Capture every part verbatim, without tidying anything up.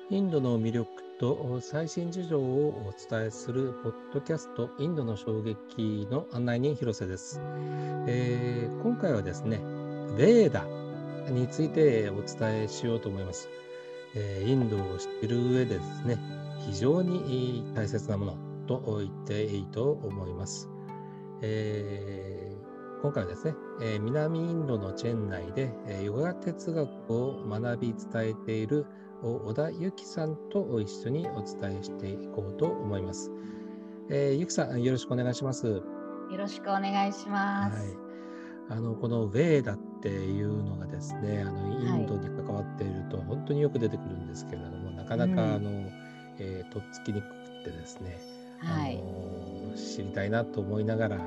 インドの魅力と最新事情をお伝えするポッドキャストインドの衝撃の案内人広瀬です、えー、今回はですねヴェーダについてお伝えしようと思います、えー、インドを知っている上でですね非常に大切なものと言っていいと思います、えー、今回はですね、えー、南インドのチェン内で、えー、ヨガ哲学を学び伝えている小田由紀さんと一緒にお伝えしていこうと思います。えー、由紀さん、よろしくお願いします。よろしくお願いします。はい、 あのこのヴェーダっていうのがですね、あのインドに関わっていると本当によく出てくるんですけれども、はい、なかなかあの、うんえー、とっつきにくくってですね、はい、あの知りたいなと思いながら、うん、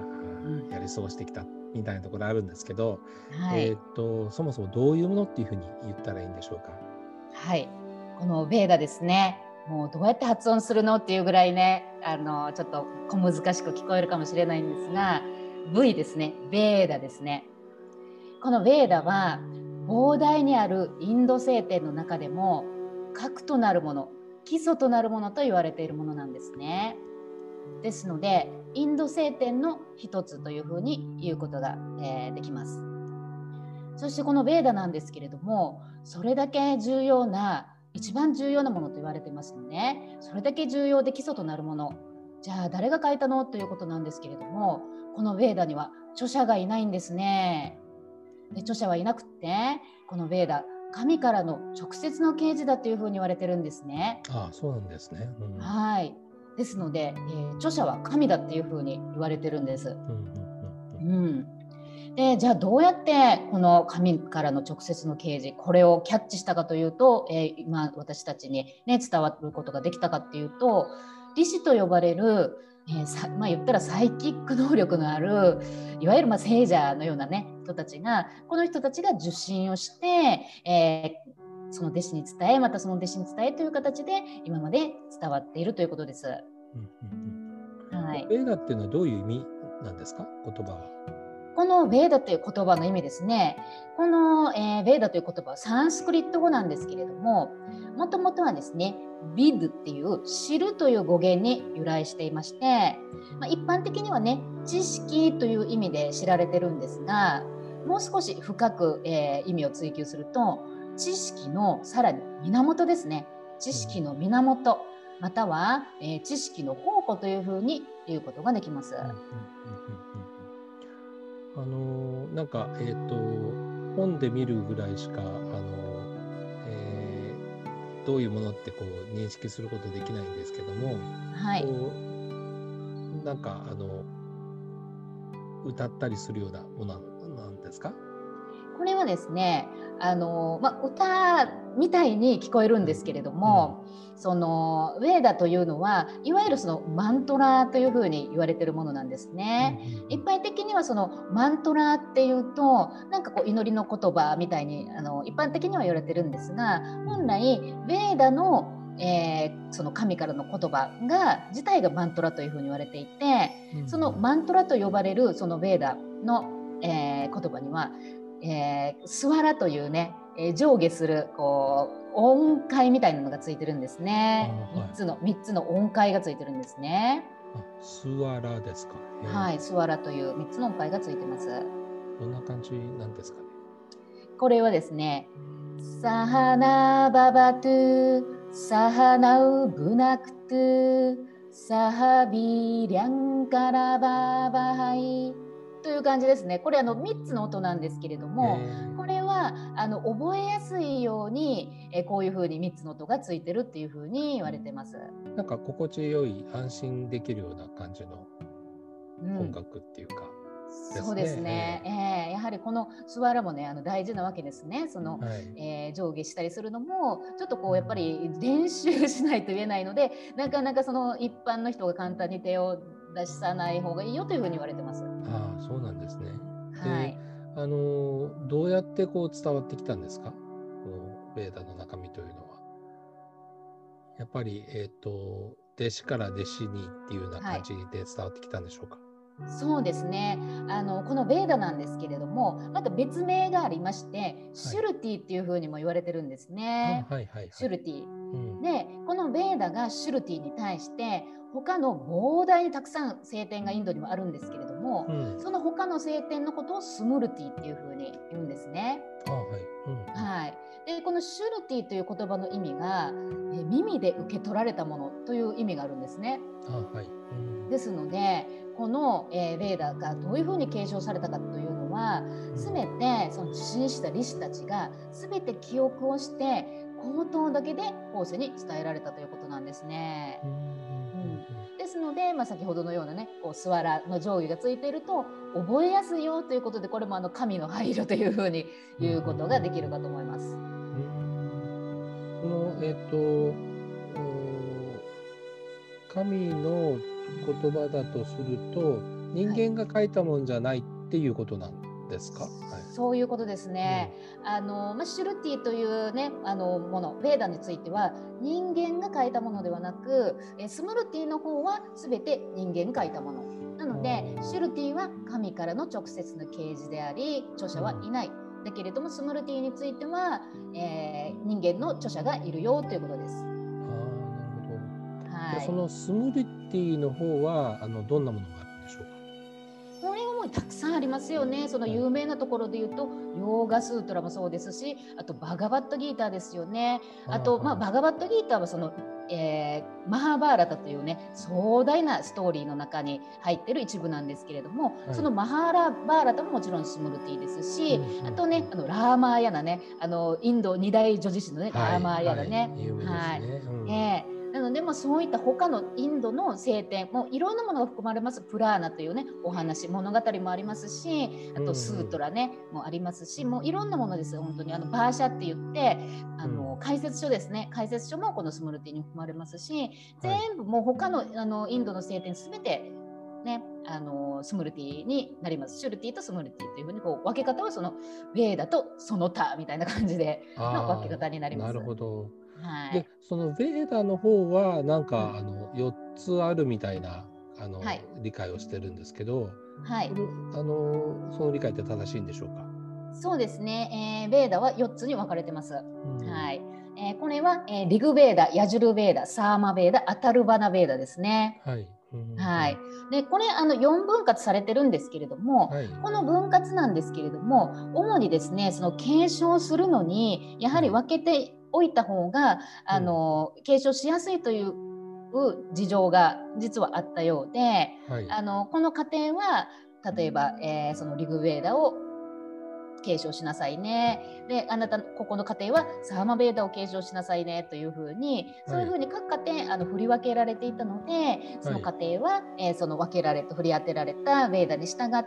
やり過ごしてきたみたいなところあるんですけど、はい、えーと、そもそもどういうものっていうふうに言ったらいいんでしょうか。 はい、このヴェーダですね、もうどうやって発音するのっていうぐらいね、あのちょっと小難しく聞こえるかもしれないんですが、 V ですね、ヴェーダですね。このヴェーダは膨大にあるインド聖典の中でも核となるもの、基礎となるものと言われているものなんですね。ですのでインド聖典の一つというふうに言うことが、えー、できます。そしてこのヴェーダなんですけれども、それだけ重要な、一番重要なものと言われてますので、ね、それだけ重要で基礎となるもの、じゃあ誰が書いたのということなんですけれども、このヴェーダには著者がいないんですね。で著者はいなくて、このヴェーダ、神からの直接の啓示だというふうに言われてるんですね。 ああ、そうなんですね。うん、 はい。ですので、えー、著者は神だっていうふうに言われてるんです。うんうんうんうんでじゃあどうやってこの神からの直接の啓示、これをキャッチしたかというと、えー、今私たちに、ね、伝わることができたかっていうと、リシと呼ばれる、えーさまあ、言ったらサイキック能力のあるいわゆるまあ聖者のような、ね、人たちが、この人たちが受信をして、えー、その弟子に伝え、またその弟子に伝えという形で今まで伝わっているということです。うんうんうん、はい、ヴェーダっていうのはどういう意味なんですか、言葉は。 このヴェーダという言葉の意味ですね。この、えー、ヴェーダという言葉はサンスクリット語なんですけれども、もともとはですね、ビドっていう知るという語源に由来していまして、まあ、一般的にはね、知識という意味で知られてるんですが、もう少し深く、えー、意味を追求すると、知識のさらに源ですね。知識の源、または、えー、知識の宝庫というふうに言うことができます。うんうんうんうんあのなんか、えーと、本で見るぐらいしか、あのえー、どういうものってこう認識することできないんですけども、はい、こうなんかあの歌ったりするようなものなんですか？ これはですね、あの、まあ、歌みたいに聞こえるんですけれども、うん、そのヴェーダというのはいわゆるそのマントラというふうに言われているものなんですね。うんうんうん、一般的にはそのマントラっていうとなんかこう祈りの言葉みたいにあの一般的には言われてるんですが、本来ヴェーダのえー、その神からの言葉が自体がマントラというふうに言われていて、そのマントラと呼ばれるそのヴェーダの、えー、言葉にはえー、スワラというね、えー、上下するこう音階みたいなのがついてるんですね。はい、みっつのみっつの音階がついてるんですね。 あ、スワラですか。 はい、スワラというみっつの音階がついてます。 どんな感じなんですかね。 これはですね、サハナババトゥサハナウブナクトゥサハビリャンカラババハイという感じですね。これあのみっつの音なんですけれども、これはあの覚えやすいようにえこういうふうにみっつの音がついてるっていうふうに言われてます。 なんか心地よい、安心できるような感じの音楽っていうか、 うん、そうですね、えー、やはりこのスワラもねあの大事なわけですね。その、はい、えー、上下したりするのもちょっとこうやっぱり練習しないと言えないので、なかなかその一般の人が簡単に手を出さない方がいいよというふうに言われてます。 ああ、そうなんですね。 はい、 あのどうやってこう伝わってきたんですか、このヴェーダの中身というのは。やっぱり、えーと、弟子から弟子にっていうような感じで伝わってきたんでしょうか。 はい、そうですね。あのこのヴェーダなんですけれども、また別名がありまして、シュルティっていうふうにも言われてるんですね。はいはいはいはい、シュルティ。 うん、 でこのベーダがシュルティに対して他の膨大にたくさん聖典がインドにもあるんですけれども、 うん、 その他の聖典のことをスムルティっていうふうに言うんですね。 あ、はい、うん、 はい、でこのシュルティという言葉の意味がえ耳で受け取られたものという意味があるんですね。 あ、はい、うん、 ですのでこの、えー、ベーダがどういうふうに継承されたかというのはうん、 全てその受信した理士たちが全て記憶をして口頭だけで後世に伝えられたということなんですね。 うん、うん、うん、 うん、ですので、まあ、先ほどのようなねこうスワラの定規がついていると覚えやすいよということでこれもあの神の配慮というふうにうん、 言うことができるかと思います。 うん、その、えっと、お神の言葉だとすると、人はい、 間が書いたもんじゃないっていうことなんですか？はい。 そういうことですね。あの、まあ、シュルティというね、あのもの、ベーダについては人間が書いたものではなく、えスムルティの方はすべて人間が書いたもの。なので、シュルティは神からの直接の啓示であり、著者はいない。だけれども、スムルティについては、えー、人間の著者がいるよということです。 ああ、なるほど。じゃあはい。 そのスムルティの方はあのどんなものがあるんでしょうか？ これはもうたくさんありますよね。そのはい。 有名なところで言うと、ヨーガスートラもそうですし、あとバガバットギーターですよね。 ああ、 あと、まあ、 はい。 バガバットギーターはその、えーマハーバーラタというね、壮大なストーリーの中に入っている一部なんですけれども、 はい。 そのマハーラバーラタももちろんスムルティですし、 うん、うん、 あとね、 うん。 あのラーマーヤナね、あのインド二大女子誌のね、 はい、 ラーマーヤはい。 ナね。 有名ですはい。 ね。うん。 えーなので、まあ、そういった他のインドの聖典もいろんなものが含まれます。プラーナというねお話物語もありますし、あうん、 とスーうん。 トラねもありますし、もういろんなものです本当に。あのバーシャって言ってあうん。 の解説書ですね。解説書もこのスムルティに含まれますし、 はい。 全部もう他のあのインドの聖典すべてね、あのスムルティになります。シュルティとスムルティというふうにこう分け方はそのベーダとその他みたいな感じでの分けあ方になあ、なります。 るほど。で、 はい。 そのベーダの方は、なんか、 うん。 あの、よっつあるみたいな、あの、 はい。 理解をしてるんですけど、 はい。 それ、あの、その理解って正しいんでしょうか？ そうですね、えー、ベーダはよっつに分かれてます。はうん。 い。えー、これは、えー、リグベーダ、ヤジュルベーダ、サーマベーダ、アタルバナベーダですね。 はい。うん、うん、うはい。 ん。 で、これあのよん分割されてるんですけれども、 はい。 この分割なんですけれども、主にですね、その継承するのにやはりはい。 分けておいた方があうん。 の継承しやすいという事情が実はあったようで、 はい。 あのこの過程は例えば、えー、そのリグベーダを継承しなさいね。で、あなたここの家庭はサーマベーダを継承しなさいねというふうに、そういうふはい。 うに各家庭あの振り分けられていたので、そのはい。 家庭は、えー、その分けられた振り当てられたベーダに従って、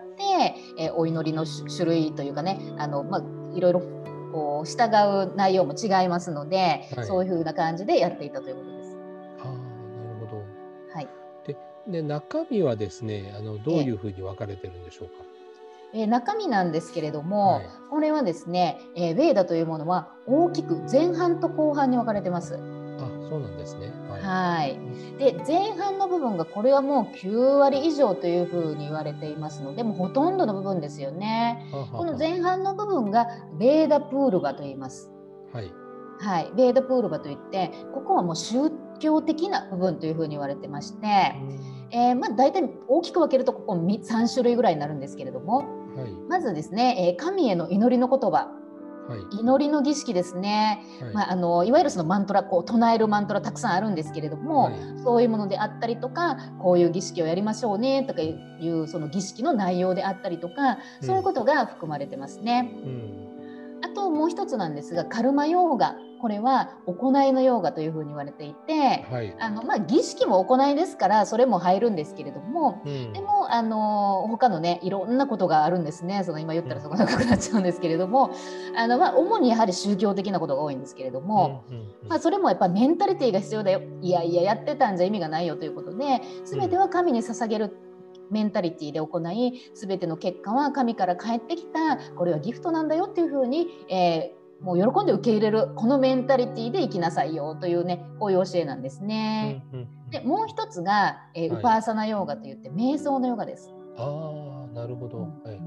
えー、お祈りの種類というかね、あのまあいろいろこう従う内容も違いますので、 はい。 そういうふうな感じでやっていたということです。 ああ、なるほど。 はい。 で、で、中身はですね、あの、どういうえーふうに分かれてるんでしょうか？ えー中身なんですけれども、 はい。 これはですね、えー、ベーダというものは大きく前半と後半に分かれてます。 あ、そうなんですね。はい。 はい。 うん。 で、前半の部分がこれはもうきゅう割以上というふうに言われていますので、もうほとんどの部分ですよね。 はあはこのあは前半の部分がベーダプールバと言います。 あ。はい。 はい、ベーダプールバといって、ここはもう宗教的な部分というふうに言われてまして、 うーん。 えーまあ、大体大きく分けるとここさん種類ぐらいになるんですけれども、 はい。 まずですね、えー神への祈りの言葉。 はい。 祈りの儀式ですね。 はい。 まあ、あのいわゆるそのマントラこう唱えるマントラたくさんあるんですけれども、 はい。 そういうものであったりとか、こういう儀式をやりましょうねとかいうその儀式の内容であったりとか、 うん。 そういうことが含まれてますね。 うん。 あともう一つなんですが、カルマヨーガ、これは行いのヨーガというふうに言われていて、 はい。 あの、まあ、儀式も行いですからそれも入るんですけれども、 うん。 でもあの他のねいろんなことがあるんですね。その今言ったらそこ長くなっちゃうんですけれども、あの、まあ、主にやはり宗教的なことが多いんですけれどうん。うも、 ん。うん。 まあ、それもやっぱメンタリティーが必要だよ、いやいややってたんじゃ意味がないよということで、全ては神に捧げるメンタリティーで行い、全ての結果は神から返ってきた、これはギフトなんだよっていうふうに、えーもう喜んで受け入れる、このメンタリティーで生きなさいよというね、こういう教えなんですうん。 ね。 うん。 でもう一つが、えーウはい。 パーサナヨーガといって瞑想のヨガです。 ああ、なるほど。 うんうんはい。はい。はい。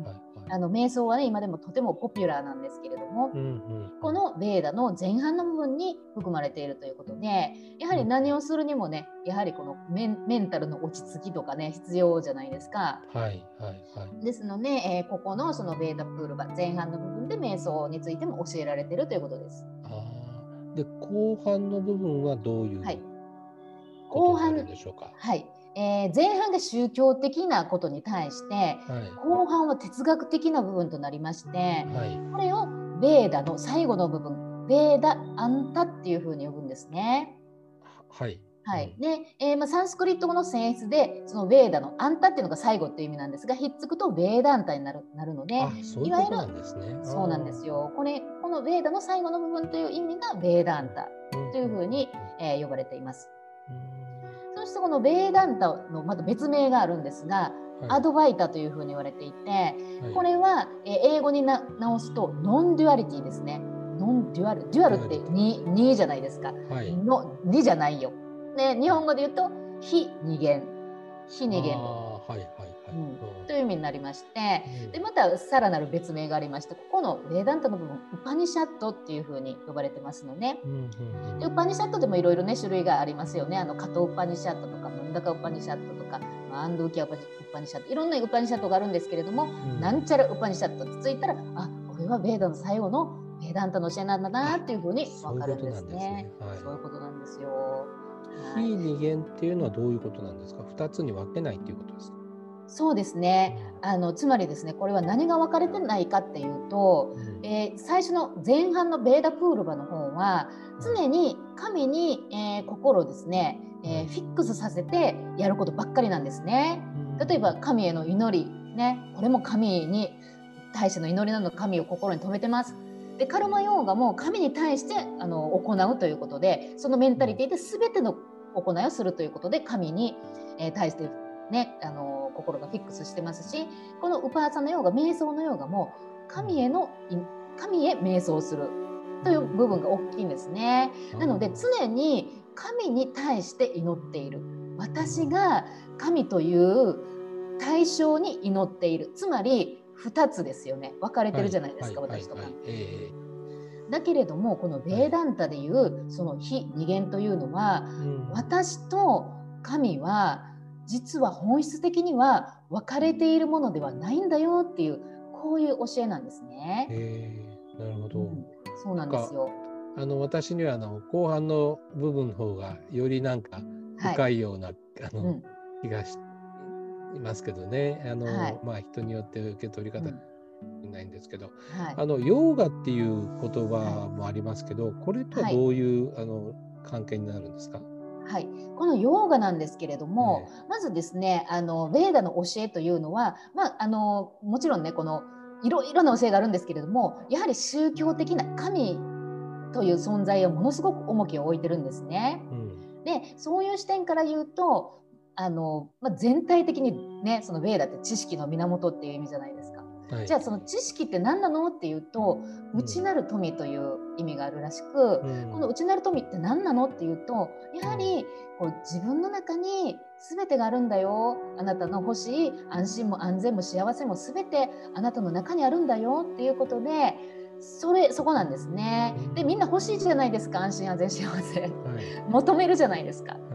あの瞑想はね今でもとてもポピュラーなんですけれども、 うんうん、 このベーダの前半の部分に含まれているということで、やはり何をするにもねやはりこのメン、メンタルの落ち着きとかね必要じゃないですか。 はいはいはい。 ですので、えーここのそのベーダプールバ前半の部分で瞑想についても教えられているということです。 ああ、で後半の部分はどういうはい、 ことになる後半、 んでしょうか。 はい、えー前半が宗教的なことに対して、 はい。 後半は哲学的な部分となりまして、 はい。 これをベーダの最後の部分、ベーダアンタっていうふうに呼ぶんですね。 はい。 はい、 うん、 で、えーまあ、サンスクリット語の性質でそのベーダのアンタっていうのが最後っていう意味なんですが、ひっつくとベーダンタになるなるので、 あ、そういういわゆることなんですね。 そうなんですよ。これこのベーダの最後の部分という意味がベーダンタうんというふうに、 うんえー呼ばれています。 うんうん、 そしてこのベーダンタのまた別名があるんですが、 はいアドバイタというふうに言われていて、 はい、 これは英語にな直すとノンデュアリティですね。ノンデュアル、デュアルって に, にじゃないですか。 はい、 のにじゃないよ。ね、日本語で言うと非二元、非二元論。 ああ、はいはいはい。 うん、 うん、 という意味になりまして、 うん、 でまたさらなる別名がありまして、ここのベーダンタの部分ウパニシャットっていうふうに呼ばれてますのね。 うんうんうん、 でウパニシャットでもいろいろね種類がありますよね。あのカトウパニシャットとかムンダカウパニシャットとかアンドウキアウパニシャット、いろんなウパニシャットがあるんですけれども、うん、なんちゃらウパニシャットってついたら、あ、これはベーダの最後のベーダンタの教えなんだなっていうふうに分かるんですね。そういうことなんですよ。 非二元っていうのはどういうことなんですか。二つに分けないっていうことですか。 そうですね、あのつまりですね、これは何が分かれてないかっていうと、うん、えー、最初の前半のベーダプールバの方は常に神に、えー、心をですね、えー、フィックスさせてやることばっかりなんですね。例えば神への祈り、ね、これも神に対しての祈りなので神を心に留めてます。でカルマヨーガも神に対してあの行うということで、そのメンタリティで全ての行いをするということで神に、えー、対してね、あの心がフィックスしてますし、このウパーサのヨーガ、瞑想のヨーガも神への神へ瞑想するという部分が大きいんですね。なので常に神に対して祈っている、私が神という対象に祈っている、つまりふたつですよね。分かれてるじゃないですか、はいはいはい、私と神、えー、だけれどもこのベーダンタでいうその非二元というのは、うん、私と神は実は本質的には分かれているものではないんだよっていう、こういう教えなんですね。 へー、なるほど、うん、 そうなんですよ。 あの私にはあの後半の部分の方がよりなんか深いような、はい、あの、うん、気がしますけどね。あの、はい、まあ人によって受け取り方ないんですけど、うん、はい、あのヨーガっていう言葉もありますけど、はい、これとはどういう、はい、あの関係になるんですか。 はい、このヨーガなんですけれども、えー、まずですね、あのベーダの教えというのは、まあ、あのもちろんねこのいろいろな教えがあるんですけれども、やはり宗教的な神という存在をものすごく重きを置いてるんですね。うん、でそういう視点から言うとあの、まあ、全体的にねそのベーダって知識の源っていう意味じゃないですか。はい、じゃあその知識って何なのっていうと、内なる富という意味があるらしく、うん、この内なる富って何なのっていうと、やはりこう自分の中に全てがあるんだよ、あなたの欲しい安心も安全も幸せも全てあなたの中にあるんだよっていうことで、それそこなんですね。でみんな欲しいじゃないですか、安心安全幸せ、はい、求めるじゃないですか。はい、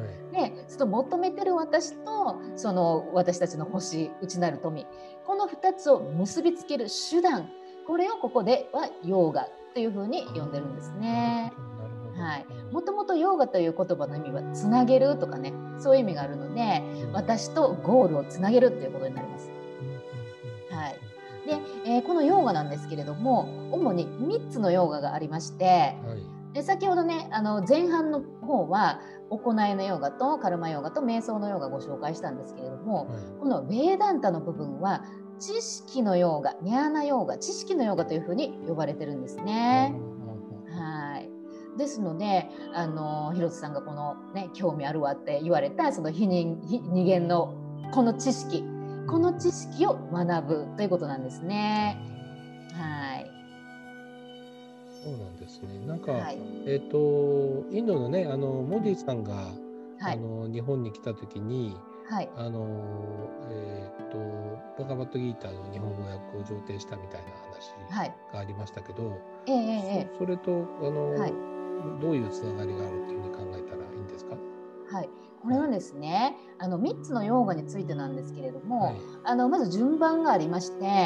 でその求めてる私とその私たちの欲しい内なる富、このふたつを結びつける手段、これをここではヨーガというふうに呼んでるんですね。はい、もともとヨーガという言葉の意味はつなげるとかね、そういう意味があるので、うん、私とゴールをつなげるっていうことになります。はい、で、えー、このヨーガなんですけれども、主にみっつのヨーガがありまして、はい、で先ほどねあの前半の方は行いのヨーガとカルマヨーガと瞑想のヨーガをご紹介したんですけれども、はい、このベーダンタの部分は知識のヨーガ、ニャーナヨーガ、知識のヨーガというふうに呼ばれてるんですね。はい、ですのであの広瀬さんがこの、ね、興味あるわって言われたその非二元のこの知識、この知識を学ぶということなんですね。はい。 そうなんですね。なんか、はい、えっとインドのねあのモディさんが、はい、あの日本に来た時に、 はい。 あのえーっとバガバットギーターの日本語訳を上呈したみたいなはい。 話がありましたけど、 えええええそ、それとあえ。はい。 のどういうつながりがあるっていうふうに考えたらいいんですか？ はい。これはい。 はですね、あのみっつのヨーガについてなんですけれども、 はい。 あのまず順番がありまして、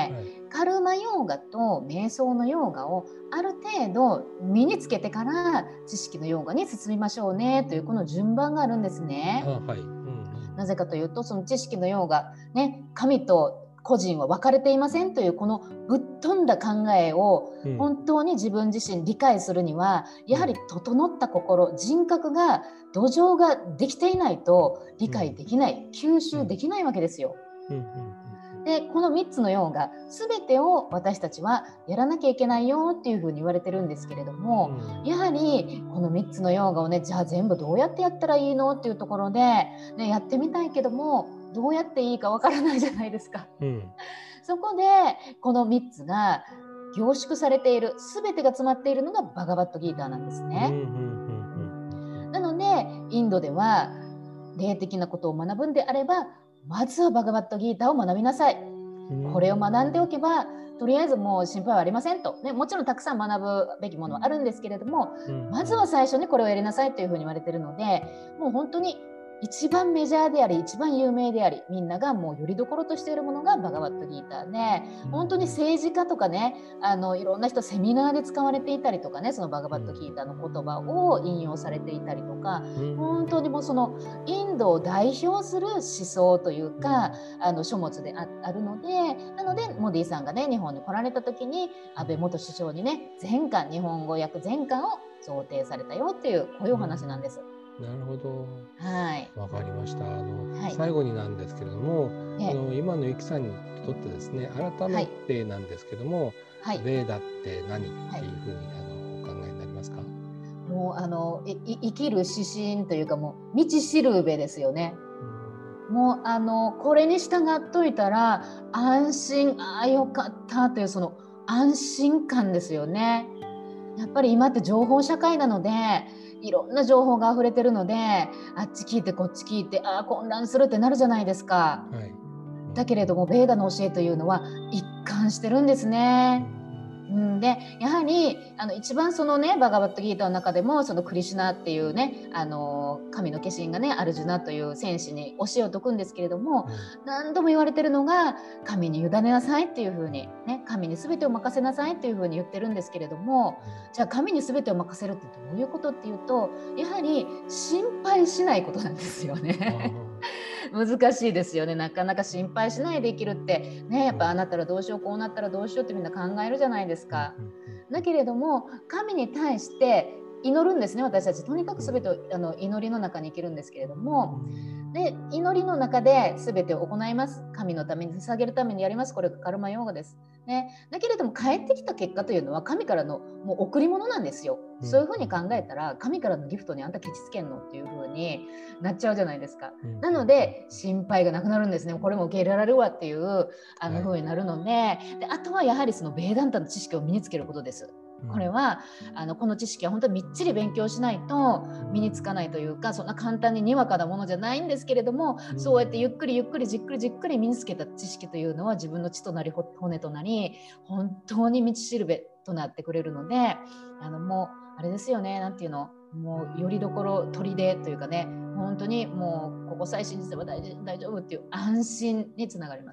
はい。 カルマヨーガと瞑想のヨーガをある程度身につけてから知識のヨーガに進みましょうねというこの順番があるんですね。 あ、はい。うんうんなぜかというと、その知識のヨーガ、ね、神と個人は分かれていませんというこのぶっ飛んだ考えをうん。 本当に自分自身理解するには、やはり整った心、人格が、土壌ができていないと理解できない、吸収できないわけですよ。 うんうんうんで、このみっつのヨーガ全てを私たちはやらなきゃいけないよっていうふうに言われてるんですけれども、 うんやはりこのみっつのヨーガをね、じゃあ全部どうやってやったらいいのっていうところで、ね、やってみたいけどもどうやっていいかわからないじゃないですか。 うん。 そこでこのみっつが凝縮されている、全てが詰まっているのがバガバットギーターなんですね。 うんうんうんうんなのでインドでは霊的なことを学ぶんであれば、まずはバガバットギーターを学びなさい。 うんこれを学んでおけばとりあえずもう心配はありませんと、ね、もちろんたくさん学ぶべきものはあるんですけれども、 うんまずは最初にこれをやりなさいというふうに言われているので、もう本当に一番メジャーであり一番有名であり、みんながもうよりどころとしているものがバガバットギーターで、本当に政治家とかね、あのいろんな人セミナーで使われていたりとかね、そのバガバットギーターの言葉を引用されていたりとか、 うん本当にもうそのインドを代表する思想というか、あの書物で あ, あるので、なのでモディさんがね日本に来られた時に安倍元首相にね全巻、日本語訳全巻を贈呈されたよっていうこういうお話なんです。 なるほど。 はい。 わかりました。あの、 はい。 最後になんですけれども、あえの今のゆきさんにとってですね、改めはい。 てなんですけども、 はい。 ベーダって何ってはいいうふうにあのお考えになりますか？ もうあのいい生きる指針というか、もう道しるべですよね。もうあのこれに従っといたら安心、ああよかったというその安心感ですよね。やっぱり今って情報社会なので、いろんな情報が溢れてるので、あっち聞いてこっち聞いて、ああ混乱するってなるじゃないですか。 はい。 だけれどもベーダの教えというのは一貫してるんですね。うん、でやはりあの一番そのねバガバットギーターの中でもそのクリシュナっていうね、あの神の化身がねアルジュナという戦士に教えを説くんですけれども、何度も言われてるのが神に委ねなさいっていうふうにね、神に全てを任せなさいっていうふうに言ってるんですけれども、じゃあ神に全てを任せるってどういうことっていうと、やはり心配しないことなんですよね。難しいですよね。なかなか心配しないで生きるってね、やっぱああなったらどうしよう、こうなったらどうしようってみんな考えるじゃないですか。だけれども神に対して祈るんですね、私たち。とにかく全てをあの祈りの中に生きるんですけれども、で祈りの中で全てを行います。神のために捧げるためにやります。これがカルマヨーガです、ね、だけれども帰ってきた結果というのは神からのもう贈り物なんですよ。そういうふうに考えたら神からのギフトにあんたケチつけんのっていうふうになっちゃうじゃないですか。なので心配がなくなるんですね。これも受け入れられるわっていうあのふうになるの で, であとはやはりそのベーダンタの知識を身につけることです。これはあのこの知識は本当にみっちり勉強しないと身につかないというか、そんな簡単ににわかなものじゃないんですけれども、そうやってゆっくりゆっくりじっくりじっくり身につけた知識というのは自分の血となり骨となり、本当に道しるべとなってくれるので、あのもうあれですよね、なんていうの、もうよりどころ砦というかね、本当にもうここさえ信じては大丈夫っていう安心につながります。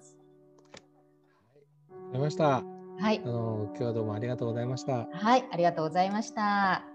わかりました。 はい。 あの今日はどうもありがとうございました。 はい、ありがとうございました。